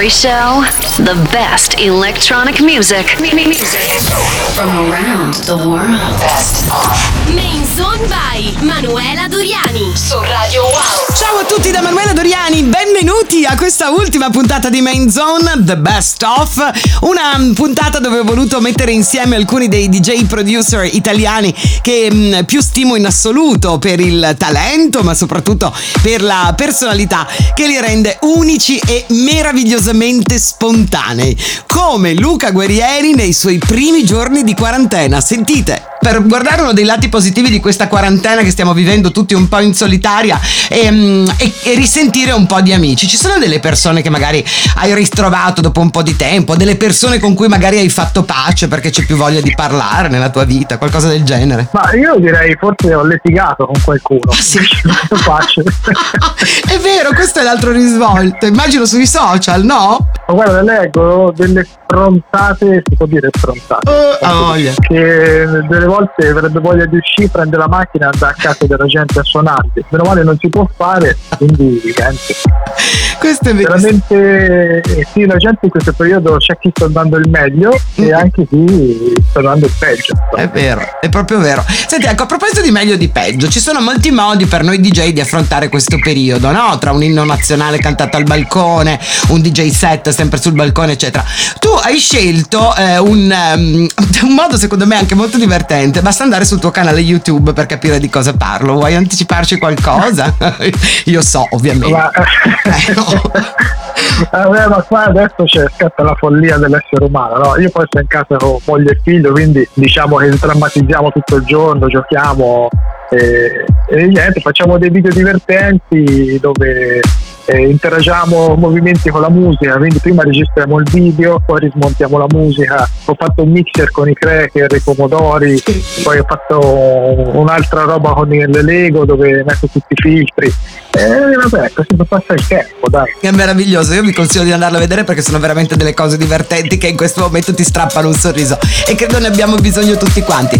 every show, the best electronic music from around the world. Best of Main Zone by Manuela Doriani su Radio Wow. Ciao a tutti da Manuela Doriani, benvenuti a questa ultima puntata di Main Zone, The Best Of, una puntata dove ho voluto mettere insieme alcuni dei DJ producer italiani che più stimo in assoluto per il talento, ma soprattutto per la personalità che li rende unici e meravigliosamente spontanei, come Luca Guerrieri nei suoi primi giorni di quarantena. Sentite, per guardare uno dei lati positivi di questa quarantena che stiamo vivendo tutti un po' in solitaria e risentire un po' di amici. Ci sono delle persone che magari hai ritrovato dopo un po' di tempo, delle persone con cui magari hai fatto pace perché c'è più voglia di parlare nella tua vita, qualcosa del genere? Ma io direi forse ho litigato con qualcuno. Ah, sì. Pace. È vero, questo è l'altro risvolto, immagino sui social, no? Ma guarda, leggo delle frontate, si può dire frontate, che delle volte avrebbe voglia di uscire, prendere la macchina e andare a casa della gente a suonarli. Meno male non si può fare, quindi niente. Questo è veramente sì, la gente in questo periodo c'è chi sta dando il meglio e anche chi sta dando il peggio. È vero, è proprio vero. Senti, ecco, a proposito di meglio e di peggio, ci sono molti modi per noi DJ di affrontare questo periodo, no? Tra un inno nazionale cantato al balcone, un DJ set sempre sul balcone, eccetera. Tu hai scelto un modo secondo me anche molto divertente. Basta andare sul tuo canale YouTube per capire di cosa parlo. Vuoi anticiparci qualcosa? Io so, ovviamente. Ma qua adesso scatta la follia dell'essere umano, no? Io poi sto in casa con moglie e figlio, quindi diciamo che drammatizziamo tutto il giorno, giochiamo e niente, facciamo dei video divertenti dove interagiamo movimenti con la musica, quindi prima registriamo il video, poi rismontiamo la musica. Ho fatto un mixer con i cracker, i pomodori, poi ho fatto un'altra roba con il Lego dove metto tutti i filtri vabbè, così passa il tempo, dai. È meraviglioso, io vi consiglio di andarlo a vedere perché sono veramente delle cose divertenti che in questo momento ti strappano un sorriso e credo ne abbiamo bisogno tutti quanti.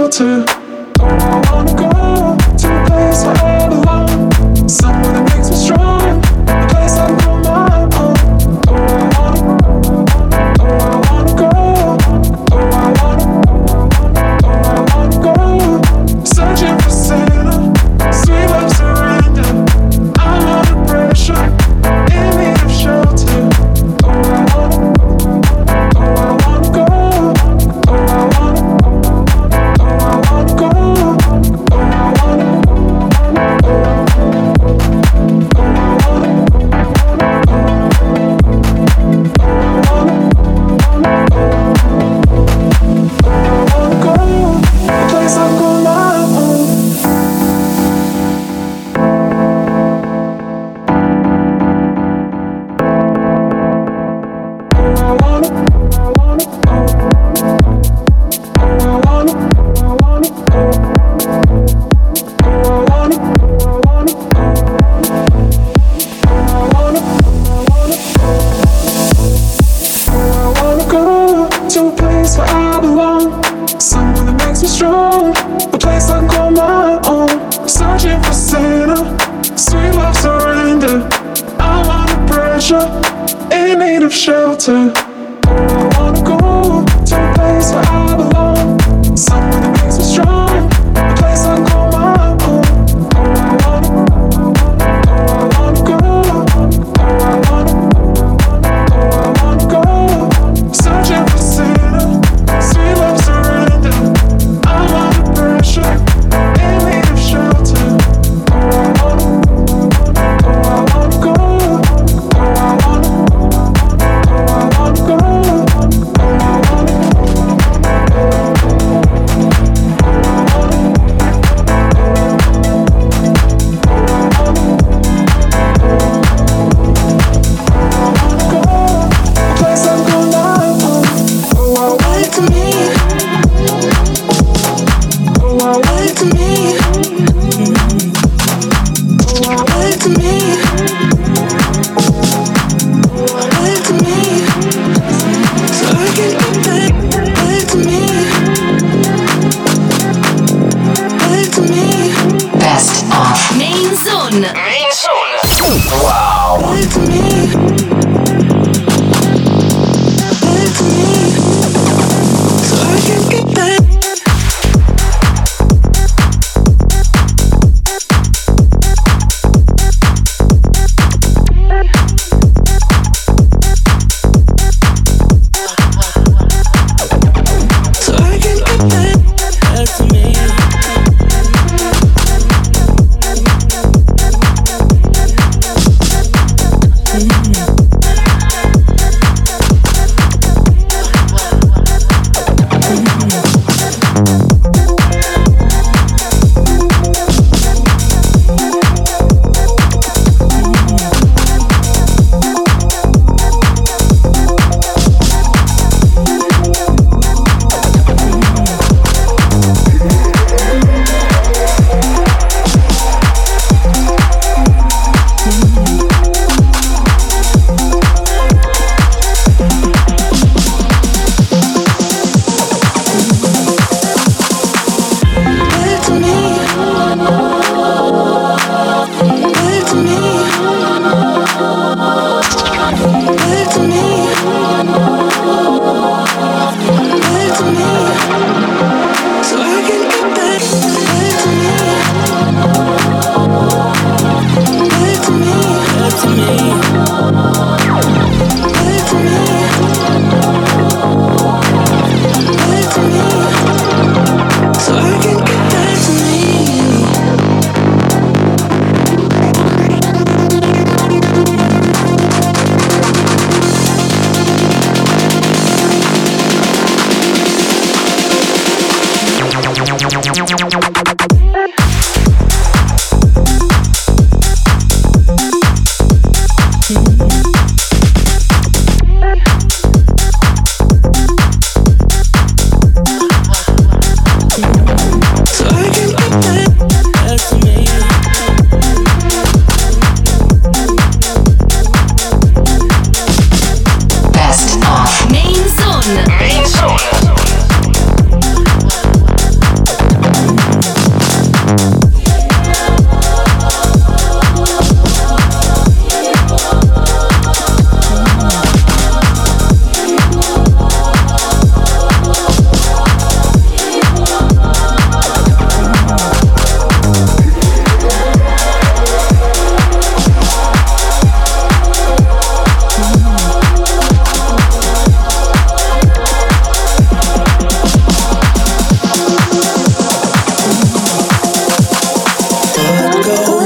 shelter. Oh, I wanna go to a place where I belong, somewhere that makes me strong, a place I call my own. Oh, I wanna go. Oh, I wanna go. Searching for Santa, sweet love surrender. I'm under pressure, in need of shelter. Oh, I wanna go. Oh, I wanna go. Oh, I wanna. In need of shelter. Oh, I wanna go to a place where I belong, somewhere that makes me strong, a place I call my own. Oh, I wanna go. Oh, I wanna go. Searching for Santa, sweet love surrender. I'm under pressure, in need of shelter. Oh, I wanna go.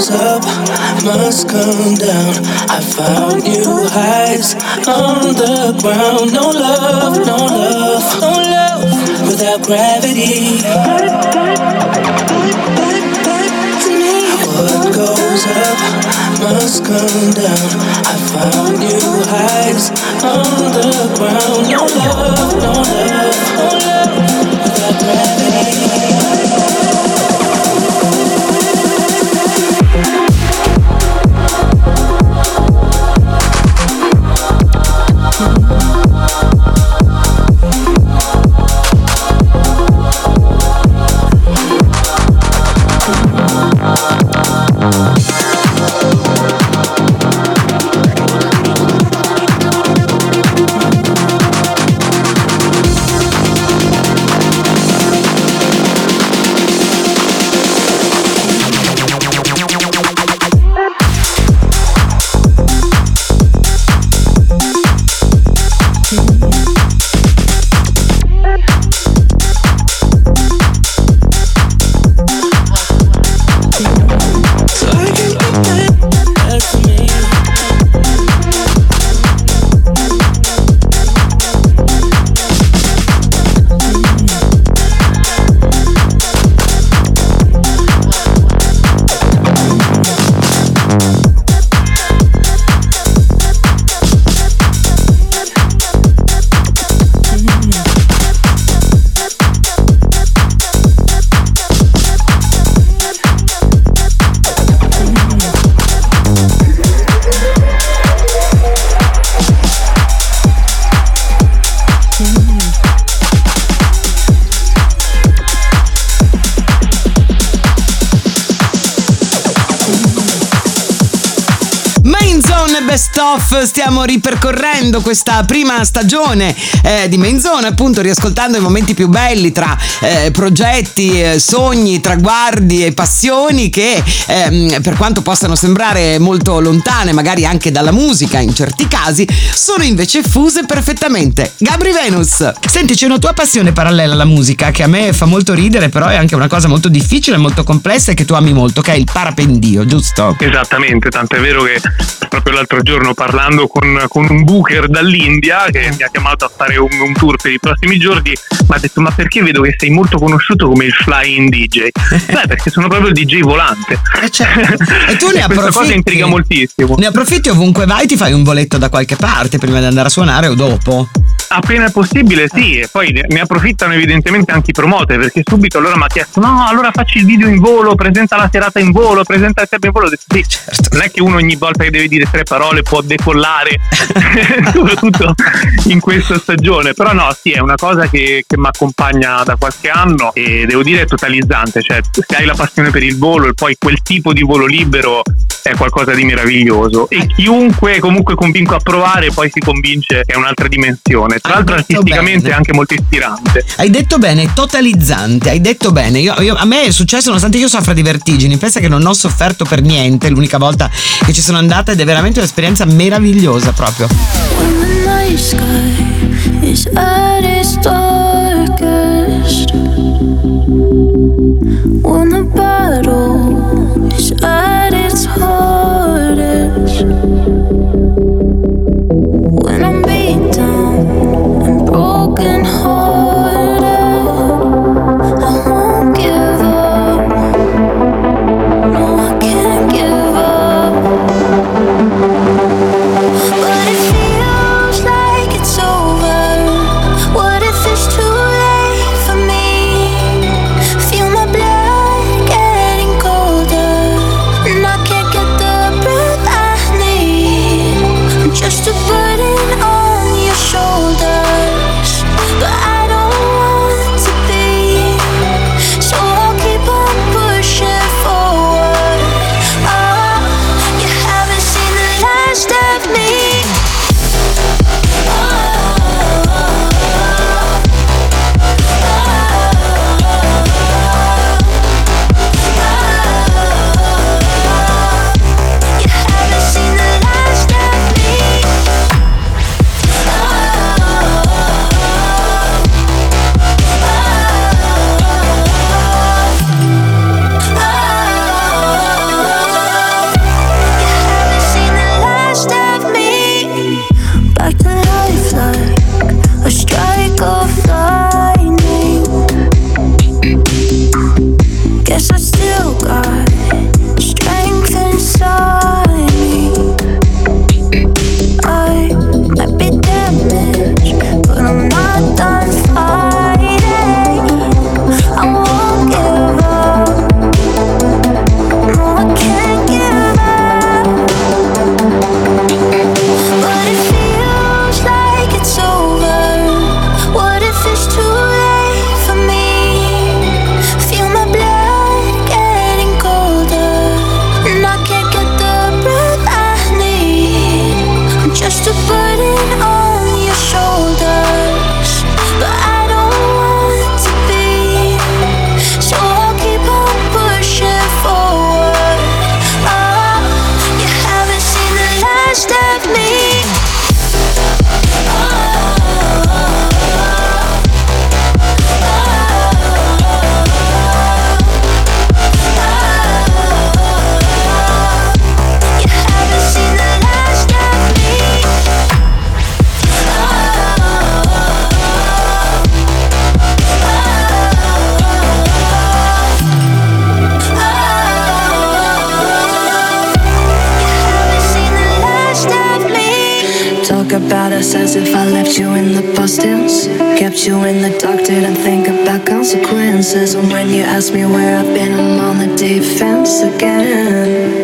goes up must come down. I found new highs on the ground. No love, no love, no love without gravity. What goes up must come down. I found new highs on the ground. No love, no love, no love without gravity. Best of, stiamo ripercorrendo questa prima stagione di Main Zone, appunto riascoltando i momenti più belli tra progetti, sogni, traguardi e passioni che per quanto possano sembrare molto lontane magari anche dalla musica in certi casi, sono invece fuse perfettamente. Gabry Venus, senti, c'è una tua passione parallela alla musica che a me fa molto ridere, però è anche una cosa molto difficile, molto complessa e che tu ami molto, che è il parapendio, giusto? Esattamente, tanto è vero che proprio l'altro giorno parlando con un booker dall'India che mi ha chiamato a fare un tour per i prossimi giorni, mi ha detto: ma perché vedo che sei molto conosciuto come il flying DJ? Beh, perché sono proprio il DJ volante. Certo. E tu ne approfitti. Questa cosa intriga moltissimo. Ne approfitti ovunque vai, ti fai un voletto da qualche parte prima di andare a suonare o dopo? Appena è possibile, sì, e poi ne approfittano evidentemente anche i promoter, perché subito allora mi ha chiesto: no, allora facci il video in volo, presenta la serata in volo, presenta il tempo in volo. Ho detto: sì, certo. Non è che uno ogni volta che deve dire 3 parole può decollare, soprattutto in questa stagione, però no, sì, è una cosa che mi accompagna da qualche anno e devo dire è totalizzante, cioè se hai la passione per il volo e poi quel tipo di volo libero è qualcosa di meraviglioso, e chiunque comunque convinco a provare poi si convince che è un'altra dimensione. Tra l'altro artisticamente è anche molto ispirante. Hai detto bene, totalizzante, hai detto bene. Io a me è successo, nonostante io soffra di vertigini, pensa che non ho sofferto per niente l'unica volta che ci sono andata, ed è veramente un'esperienza meravigliosa proprio. When the night sky is at its darkest, when the battle is at its hardest, when I'm beat down and broken hearted, I won't give up. No, I can't give up. But it feels like it's over. talk about us as if I left you in the past tense. Kept you in the dark, didn't think about consequences. And when you ask me where I've been, I'm on the defense again.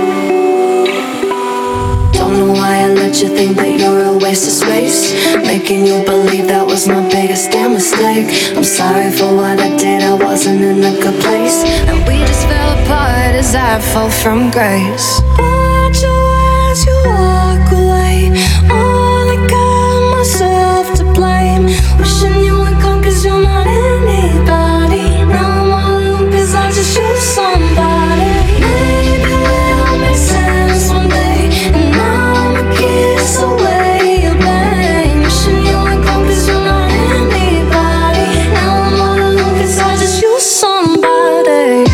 Don't know why I let you think that you're a waste of space, making you believe that was my biggest damn mistake. I'm sorry for what I did, I wasn't in a good place, and we just fell apart as I fall from grace. Watch you as you walk away, only got myself to blame. Wishing you were gone cause you're not anybody. Now I'm all alone cause I just choose somebody. Maybe we'll make sense one day, and I'ma kiss away your blame. Wishing you were gone cause you're not anybody. Now I'm all alone cause I just choose somebody.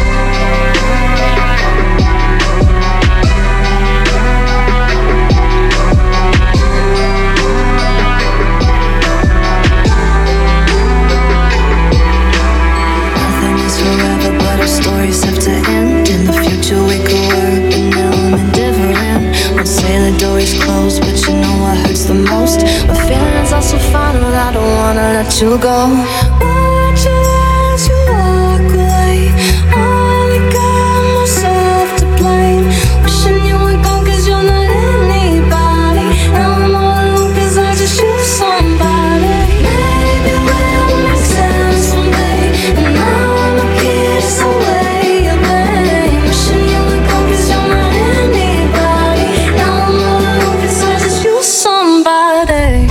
Stories have to end. In the future we could work, but now I'm indifferent. Won't say the door is closed, but you know what hurts the most. My feelings are so final, I don't wanna let you go. Watch you as you walk away, only got myself to blame. Wishing you were gone cause you're not anybody. Now I'm all alone cause I just choose somebody. Maybe we'll make sense one day, and now I'ma kiss away your blame. Wishing you were gone cause you're not anybody. Now I'm all alone cause I just choose somebody.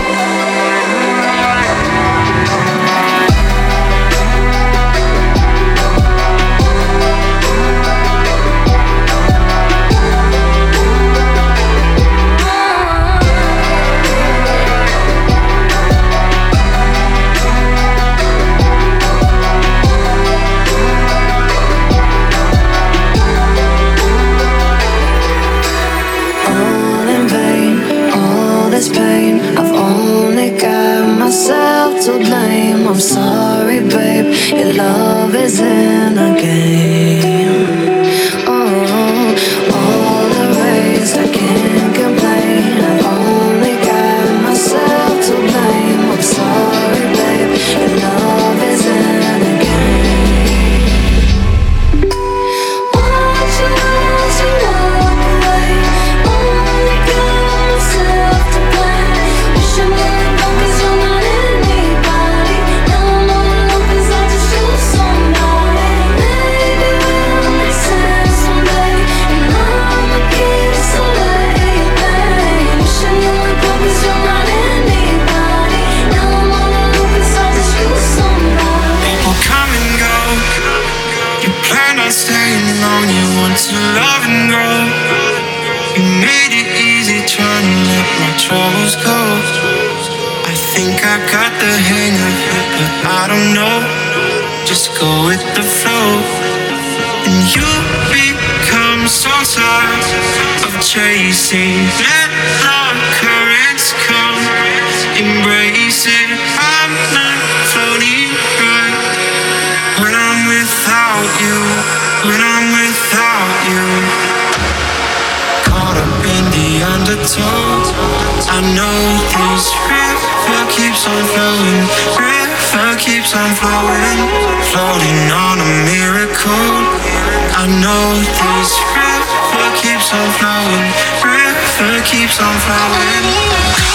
All in vain, all this pain, I've only got myself to blame. I'm sorry, babe, your love is in a game. Oh, all erased, I can't complain. I've only got myself to blame. I'm sorry, babe, your love is in a game. Watch you as you walk away, only got myself to blame. Wishing you were gone cause you're not anybody. Now I'm all alone cause I just choose somebody. Maybe we'll make sense one day, and I'ma kiss away your pain. Wishing you were gone cause you're not anybody. Now I'm all alone cause I just choose somebody. People come and go. You plan on staying long, you want to love and grow. You made it easy trying to let my troubles go. I think I got the hang of it, but I don't know. Just go with the flow. And you become so tired of chasing. Let the currents come, embrace it. I'm not floating right when I'm without you, when I'm without you. Caught up in the undertow, I know this river keeps on flowing, river keeps on flowing, floating on a miracle. I know this river keeps on flowing, river keeps on flowing.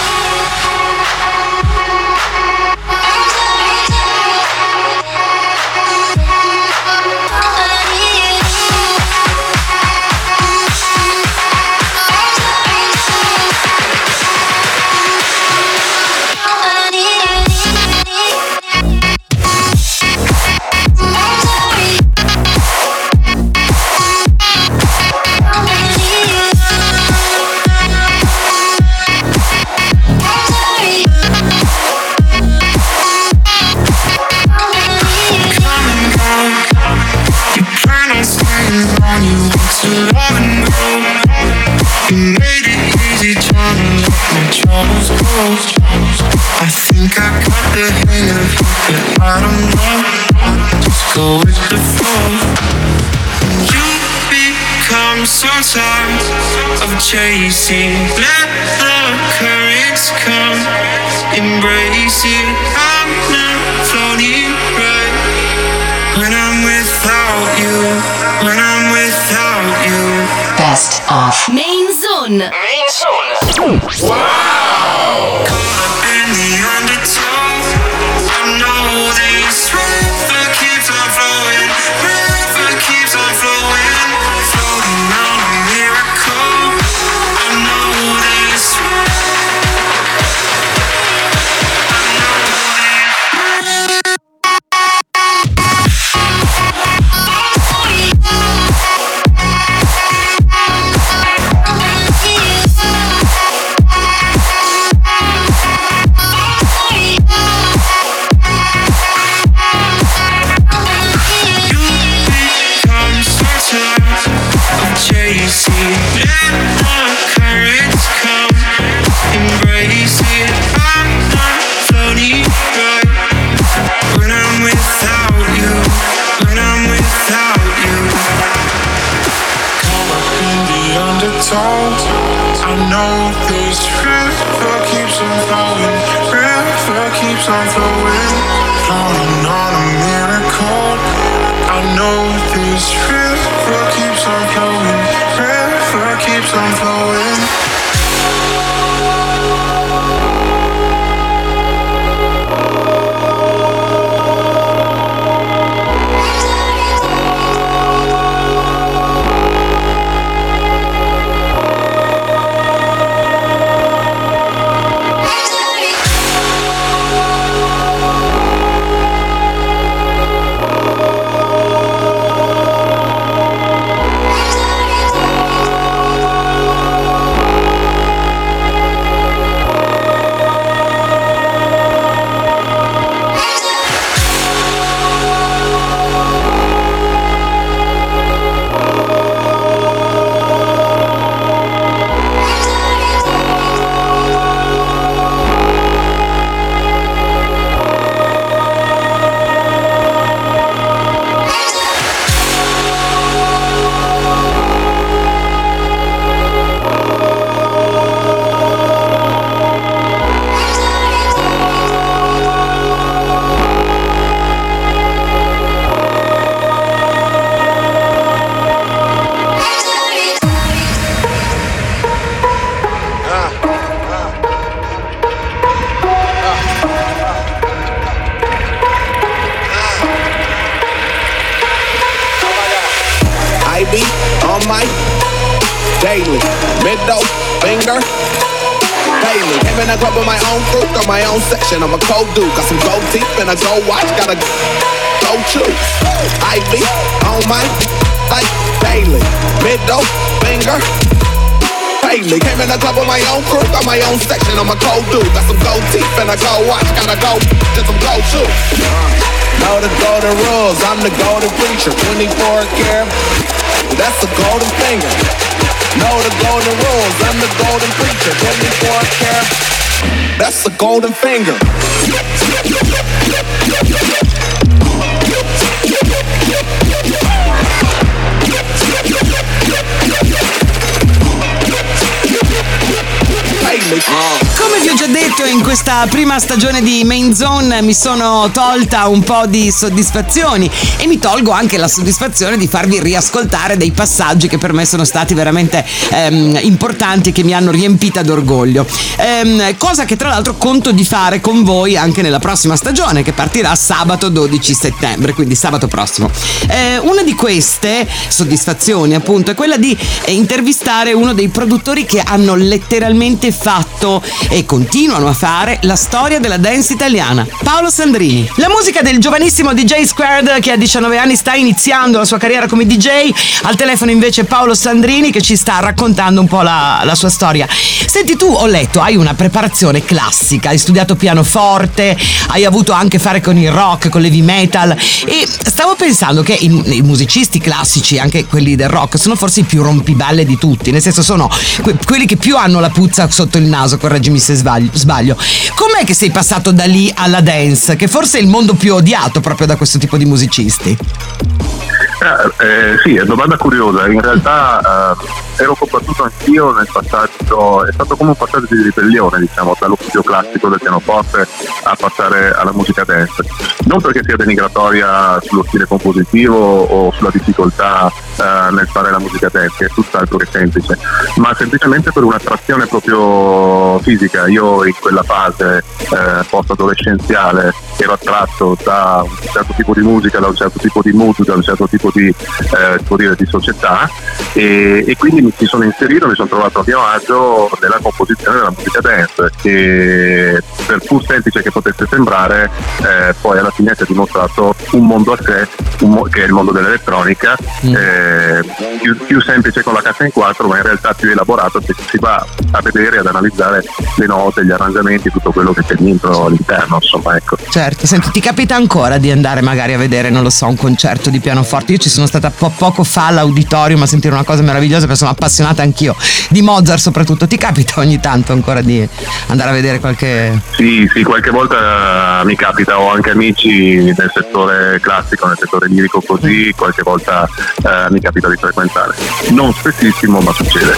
I think I got the hang of it, but I don't know. Just go with the flow. You become so tired of chasing. Let the currents come, embrace it. I'm not floating right when I'm without you. When I'm without you. Best of Main Zone. Wow! Caught up in the undertow. I know this river keeps on flowing. River keeps on flowing. Floating on a miracle. I know this. I know this. I know this river keeps on flowing. River keeps on flowing. Floating on a miracle. I know this river keeps on flowing. River keeps on flowing. Daily, middle finger, daily. Came in a club with my own group, got my own section. I'm a cold dude, got some gold teeth and a gold watch, got a gold shoe. Ivy on my like daily, middle finger, daily. Came in a club with my own crew, got my own section. I'm a cold dude, got some gold teeth and a gold watch, got a gold and some gold shoes. Know the golden rules, I'm the golden preacher. 24 karat, that's a golden finger. Know the golden rules, I'm the golden preacher. 24 karat, that's a golden finger. Come vi ho già detto, in questa prima stagione di Main Zone mi sono tolta un po' di soddisfazioni e mi tolgo anche la soddisfazione di farvi riascoltare dei passaggi che per me sono stati veramente importanti e che mi hanno riempita d'orgoglio, cosa che tra l'altro conto di fare con voi anche nella prossima stagione, che partirà sabato 12 settembre, quindi sabato prossimo. Una di queste soddisfazioni appunto è quella di intervistare uno dei produttori che hanno letteralmente fatto e continuano a fare la storia della dance italiana, Paolo Sandrini. La musica del giovanissimo DJ Squared, che a 19 anni sta iniziando la sua carriera come DJ. Al telefono invece Paolo Sandrini, che ci sta raccontando un po' la sua storia. Senti, tu, ho letto, hai una preparazione classica, hai studiato pianoforte, hai avuto anche a fare con il rock, con l'heavy metal, e stavo pensando che i musicisti classici, anche quelli del rock, sono forse i più rompiballe di tutti, nel senso sono quelli che più hanno la puzza sotto il naso, correggimi se sbaglio. Com'è che sei passato da lì alla dance, che forse è il mondo più odiato proprio da questo tipo di musicisti? Sì, è domanda curiosa. In realtà ero combattuto anch'io nel passaggio, è stato come un passaggio di ribellione, diciamo, dallo studio classico del pianoforte a passare alla musica dance. Non perché sia denigratoria sullo stile compositivo o sulla difficoltà nel fare la musica dance, che è tutt'altro che semplice, ma semplicemente per un'attrazione proprio fisica. Io in quella fase post-adolescenziale ero attratto da un certo tipo di musica, da un certo tipo di mood, da un certo tipo di società, e quindi mi sono inserito, mi sono trovato a mio agio nella composizione della musica dance, che per pur semplice che potesse sembrare, poi alla fine si è dimostrato un mondo a sé, che è il mondo dell'elettronica, più semplice con la cassa in quattro, ma in realtà più elaborato, se si va a vedere e ad analizzare le note, gli arrangiamenti, tutto quello che c'è dentro all'interno, insomma, ecco. Certo, senti, ti capita ancora di andare magari a vedere, non lo so, un concerto di pianoforte? Io ci sono stata poco fa all'auditorium a sentire una cosa meravigliosa, perché sono appassionata anch'io di Mozart soprattutto. Ti capita ogni tanto ancora di andare a vedere qualche... Sì, qualche volta mi capita, ho anche amici nel settore classico, nel settore lirico così, qualche volta mi capita di frequentare. Non spessissimo, ma succede.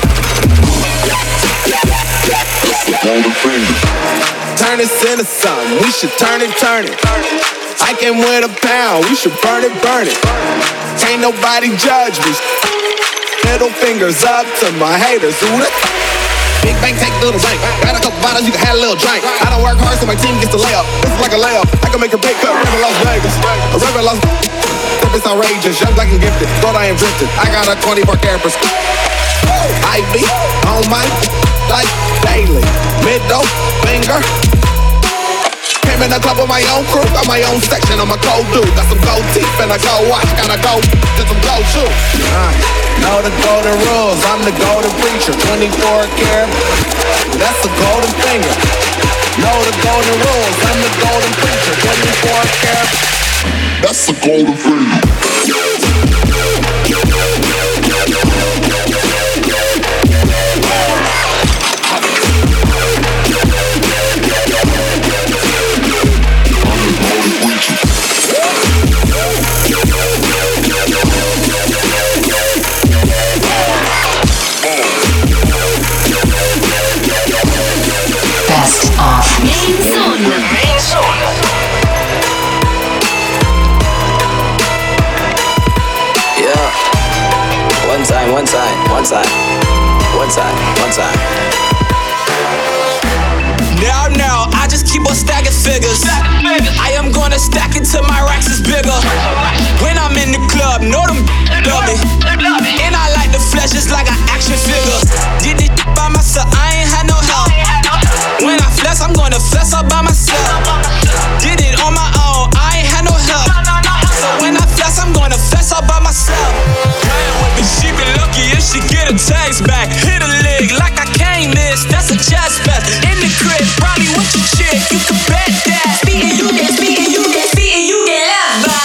Turn this into something, we should turn it. I came with £1, we should burn it. Ain't nobody judge me. Middle fingers up to my haters. Who the big bank, take little bank. Got a couple bottles, you can have a little drink. I don't work hard, so my team gets the layup. This is like a layup. I can make a big cut, rip in Las Vegas. A rip in Las Vegas. It's outrageous, young, black and gifted. Thought I am drifted. I got a 24 karat prescription. I be on my like daily. Middle finger. Came in the club with my own crew, got my own section, I'm a cold dude. Got some gold teeth and a gold watch, gotta go to some gold shoes. Know the golden rules, I'm the golden preacher. 24 karat, that's the golden finger. Know the golden rules, I'm the golden preacher. 24 karat, that's the golden finger. One time. Now, I just keep on stacking figures. I am gonna stack it till my racks is bigger. When I'm in the club, know them love me. And I like the flesh just like an action figure. Did it by myself, I ain't had no help. When I flex, I'm gonna flex all by myself. Did it on my own, I ain't had no help. So when I flex, I'm gonna flex all by myself. And she be lucky if she get a taste back. Hit a leg like I can't miss, that's a chest fest. In the crib, probably with your chick, you can bet that. Speaking you get left by.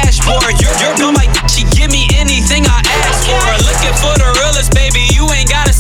She give me anything I ask for. Looking for the realest, baby, you ain't gotta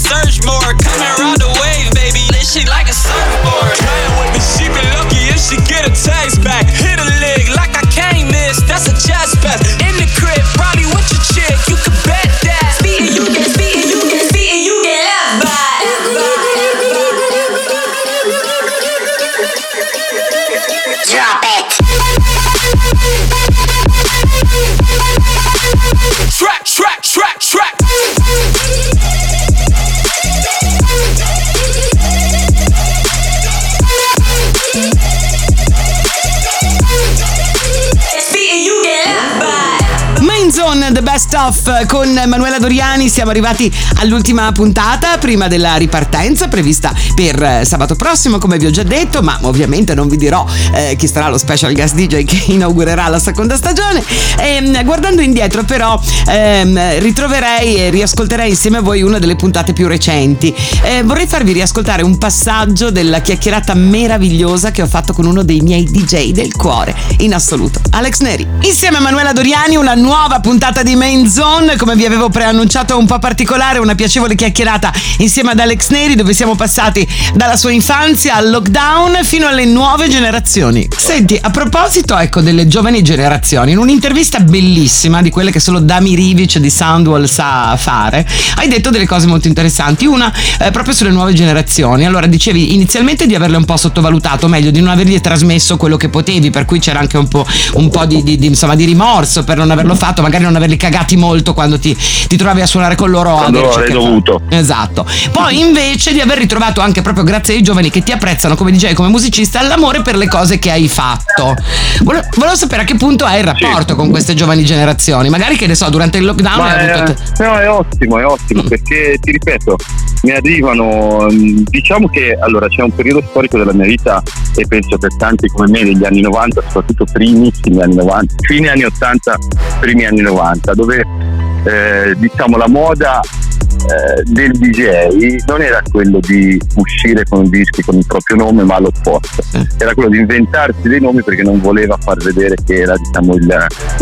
The Best Of con Manuela Doriani. Siamo arrivati all'ultima puntata prima della ripartenza prevista per sabato prossimo, come vi ho già detto, ma ovviamente non vi dirò chi sarà lo special guest DJ che inaugurerà la seconda stagione. Guardando indietro però ritroverei e riascolterei insieme a voi una delle puntate più recenti. Vorrei farvi riascoltare un passaggio della chiacchierata meravigliosa che ho fatto con uno dei miei DJ del cuore in assoluto, Alex Neri. Insieme a Manuela Doriani, una nuova puntata di Main Zone, come vi avevo preannunciato, un po' particolare, una piacevole chiacchierata insieme ad Alex Neri, dove siamo passati dalla sua infanzia al lockdown fino alle nuove generazioni. Senti, a proposito ecco delle giovani generazioni, in un'intervista bellissima di quelle che solo Dami Rivic di Soundwall sa fare, hai detto delle cose molto interessanti. Una proprio sulle nuove generazioni. Allora dicevi inizialmente di averle un po' sottovalutato, meglio di non avergli trasmesso quello che potevi, per cui c'era anche un po' di rimorso per non averlo fatto, magari non averli cagati molto quando ti trovavi a suonare con loro. Quando avrei dovuto. Esatto. Poi invece di aver ritrovato anche proprio grazie ai giovani che ti apprezzano come DJ, come musicista, l'amore per le cose che hai fatto. Volevo sapere a che punto è il rapporto con queste giovani generazioni, magari che ne so durante il lockdown no, è ottimo perché ti ripeto, mi arrivano, diciamo che allora c'è un periodo storico della mia vita, e penso per tanti come me degli anni 90, soprattutto primissimi anni 90, fine anni 80, primi anni 90, dove diciamo la moda del DJ non era quello di uscire con dischi con il proprio nome, ma l'opposto, era quello di inventarsi dei nomi perché non voleva far vedere che era, diciamo, il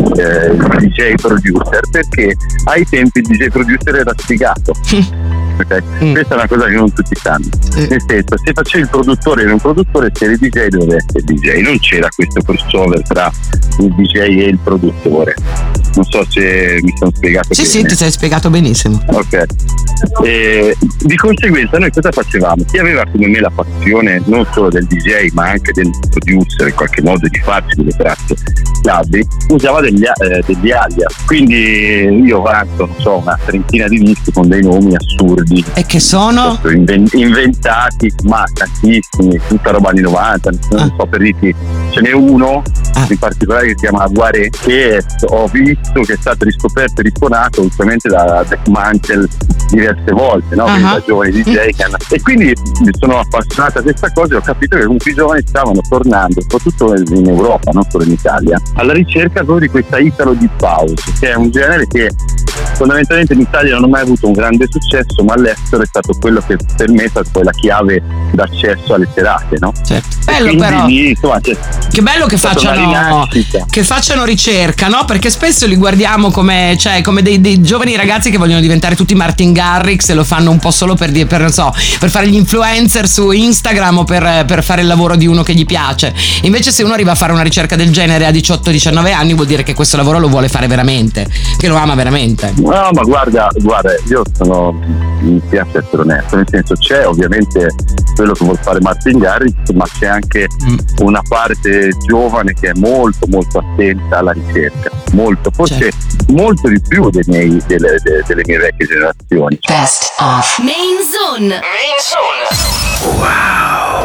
DJ producer, perché ai tempi il DJ producer era sfigato. Okay? Questa è una cosa che non tutti sanno, nel senso, se facevi il produttore eri un produttore, se eri DJ dovevi essere DJ, non c'era questo crossover tra il DJ e il produttore. Non so se mi sono spiegato bene. Sì, ti sei spiegato benissimo. Ok. Di conseguenza noi cosa facevamo? Chi aveva come me la passione non solo del DJ ma anche del producer, in qualche modo di farci delle tracce clubbi, usava degli alias. Quindi io vanto, non so, una trentina di dischi con dei nomi assurdi. E che sono? Inventati, ma tantissimi, tutta roba anni 90, non so, per dirti, ce n'è uno in particolare che si chiama Guaré, che ho visto che è stato riscoperto e risuonato ultimamente da Death Mantle diverse volte, no? Da giovani DJ che hanno... E quindi mi sono appassionato a questa cosa e ho capito che comunque i giovani stavano tornando, soprattutto in Europa, non solo in Italia, alla ricerca proprio di questa Italo Deep House, che è un genere che fondamentalmente in Italia non ha mai avuto un grande successo, ma all'estero è stato quello che per me è stata poi la chiave d'accesso alle serate, no? Certo. Bello però lì, insomma, che bello che facciano ricerca, no? Perché spesso li guardiamo come dei giovani ragazzi che vogliono diventare tutti Martin Garrix e lo fanno un po' solo per fare gli influencer su Instagram o per fare il lavoro di uno che gli piace. Invece se uno arriva a fare una ricerca del genere a 18-19 anni vuol dire che questo lavoro lo vuole fare veramente, che lo ama veramente. No, ma guarda, io mi piace essere onesto, nel senso, c'è ovviamente quello che vuol fare Martin Garrix, ma c'è anche una parte giovane che è molto molto attenta alla ricerca, molto, forse molto di più delle mie vecchie generazioni. Best of Main Zone. Wow.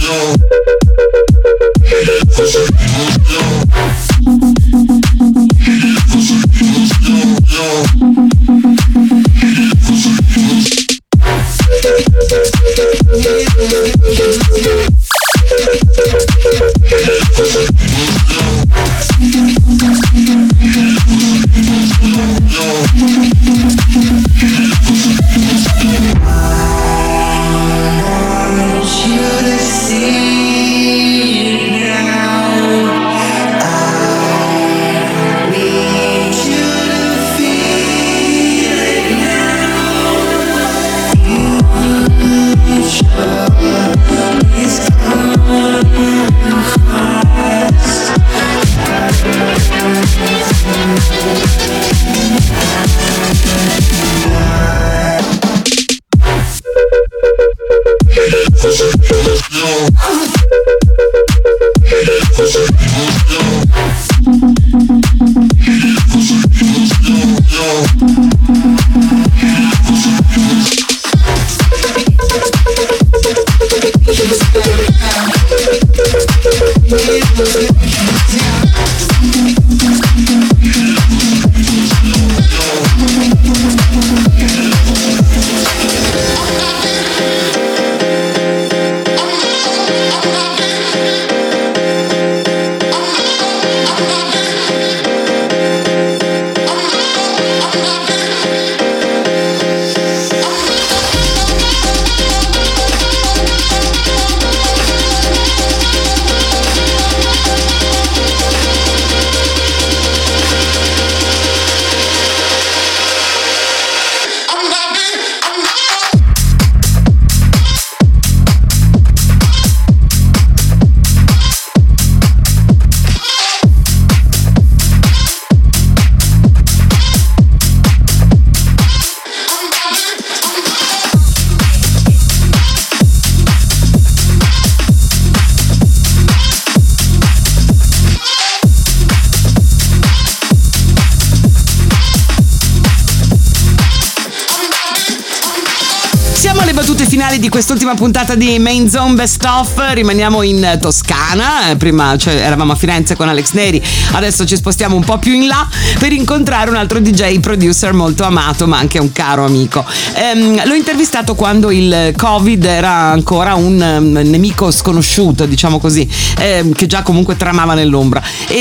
Finali di quest'ultima puntata di Main Zone Best Of. Rimaniamo in Toscana. Prima eravamo a Firenze con Alex Neri, adesso ci spostiamo un po' più in là per incontrare un altro DJ producer molto amato ma anche un caro amico. L'ho intervistato quando il Covid era ancora un nemico sconosciuto, diciamo così, che già comunque tramava nell'ombra,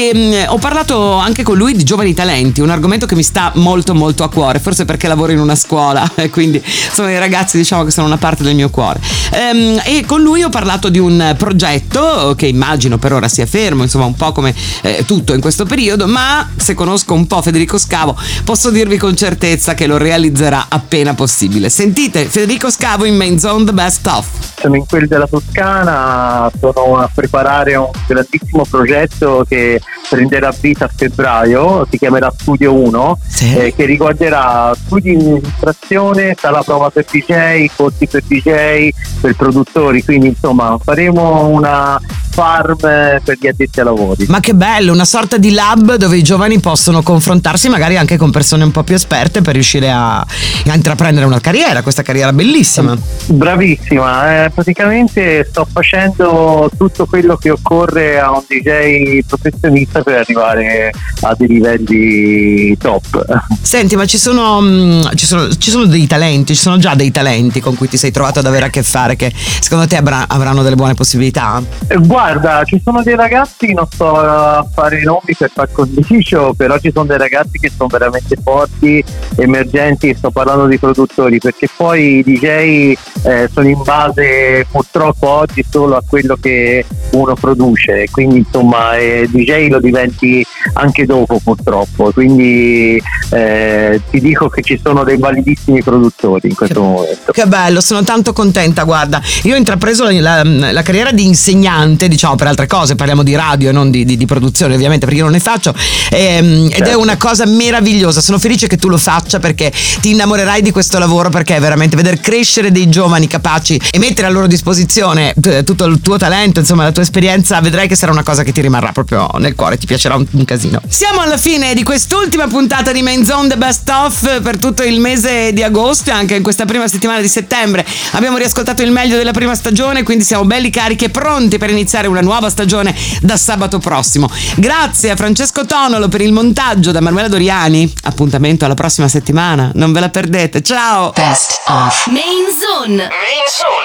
e ho parlato anche con lui di giovani talenti, un argomento che mi sta molto molto a cuore, forse perché lavoro in una scuola e quindi sono i ragazzi, diciamo, che sono una parte del mio cuore, e con lui ho parlato di un progetto che immagino per ora sia fermo, insomma un po' come tutto in questo periodo, ma se conosco un po' Federico Scavo posso dirvi con certezza che lo realizzerà appena possibile. Sentite Federico Scavo in Main Zone The Best Of. Sono in quelli della Toscana, sono a preparare un grandissimo progetto che prenderà vita a febbraio, si chiamerà Studio 1, sì. Che riguarderà studi di illustrazione, sala prova per DJ, corsi per DJ, per produttori, quindi insomma faremo una farm per gli addetti ai lavori. Ma che bello, una sorta di lab dove i giovani possono confrontarsi magari anche con persone un po' più esperte per riuscire a intraprendere una carriera, questa carriera bellissima. Bravissima, praticamente sto facendo tutto quello che occorre a un DJ professionista per arrivare a dei livelli top. Senti, ma ci sono dei talenti, ci sono già dei talenti con cui ti sei trovato ad avere a che fare che secondo te avranno delle buone possibilità? Guarda, ci sono dei ragazzi, non sto a fare i nomi per far condicio, però ci sono dei ragazzi che sono veramente forti, emergenti, sto parlando di produttori, perché poi i DJ sono in base purtroppo oggi solo a quello che uno produce, quindi insomma DJ lo diventi anche dopo purtroppo, quindi ti dico che ci sono dei validissimi produttori in questo momento. Che bello, sono tanto contenta, guarda, io ho intrapreso la carriera di insegnante, diciamo, per altre cose, parliamo di radio e non di produzione ovviamente, perché io non ne faccio, ed è una cosa meravigliosa, sono felice che tu lo faccia perché ti innamorerai di questo lavoro, perché veramente vedere crescere dei giovani capaci e mettere a loro disposizione tutto il tuo talento, insomma la tua esperienza, vedrai che sarà una cosa che ti rimarrà proprio nel cuore, ti piacerà un casino. Siamo alla fine di quest'ultima puntata di Main Zone The Best Of per tutto il mese di agosto e anche in questa prima settimana di settembre. Abbiamo riascoltato il meglio della prima stagione, quindi siamo belli carichi e pronti per iniziare una nuova stagione da sabato prossimo. Grazie a Francesco Tonolo per il montaggio, da Manuela Doriani. Appuntamento alla prossima settimana, non ve la perdete. Ciao. Best of Main Zone. Main Zone.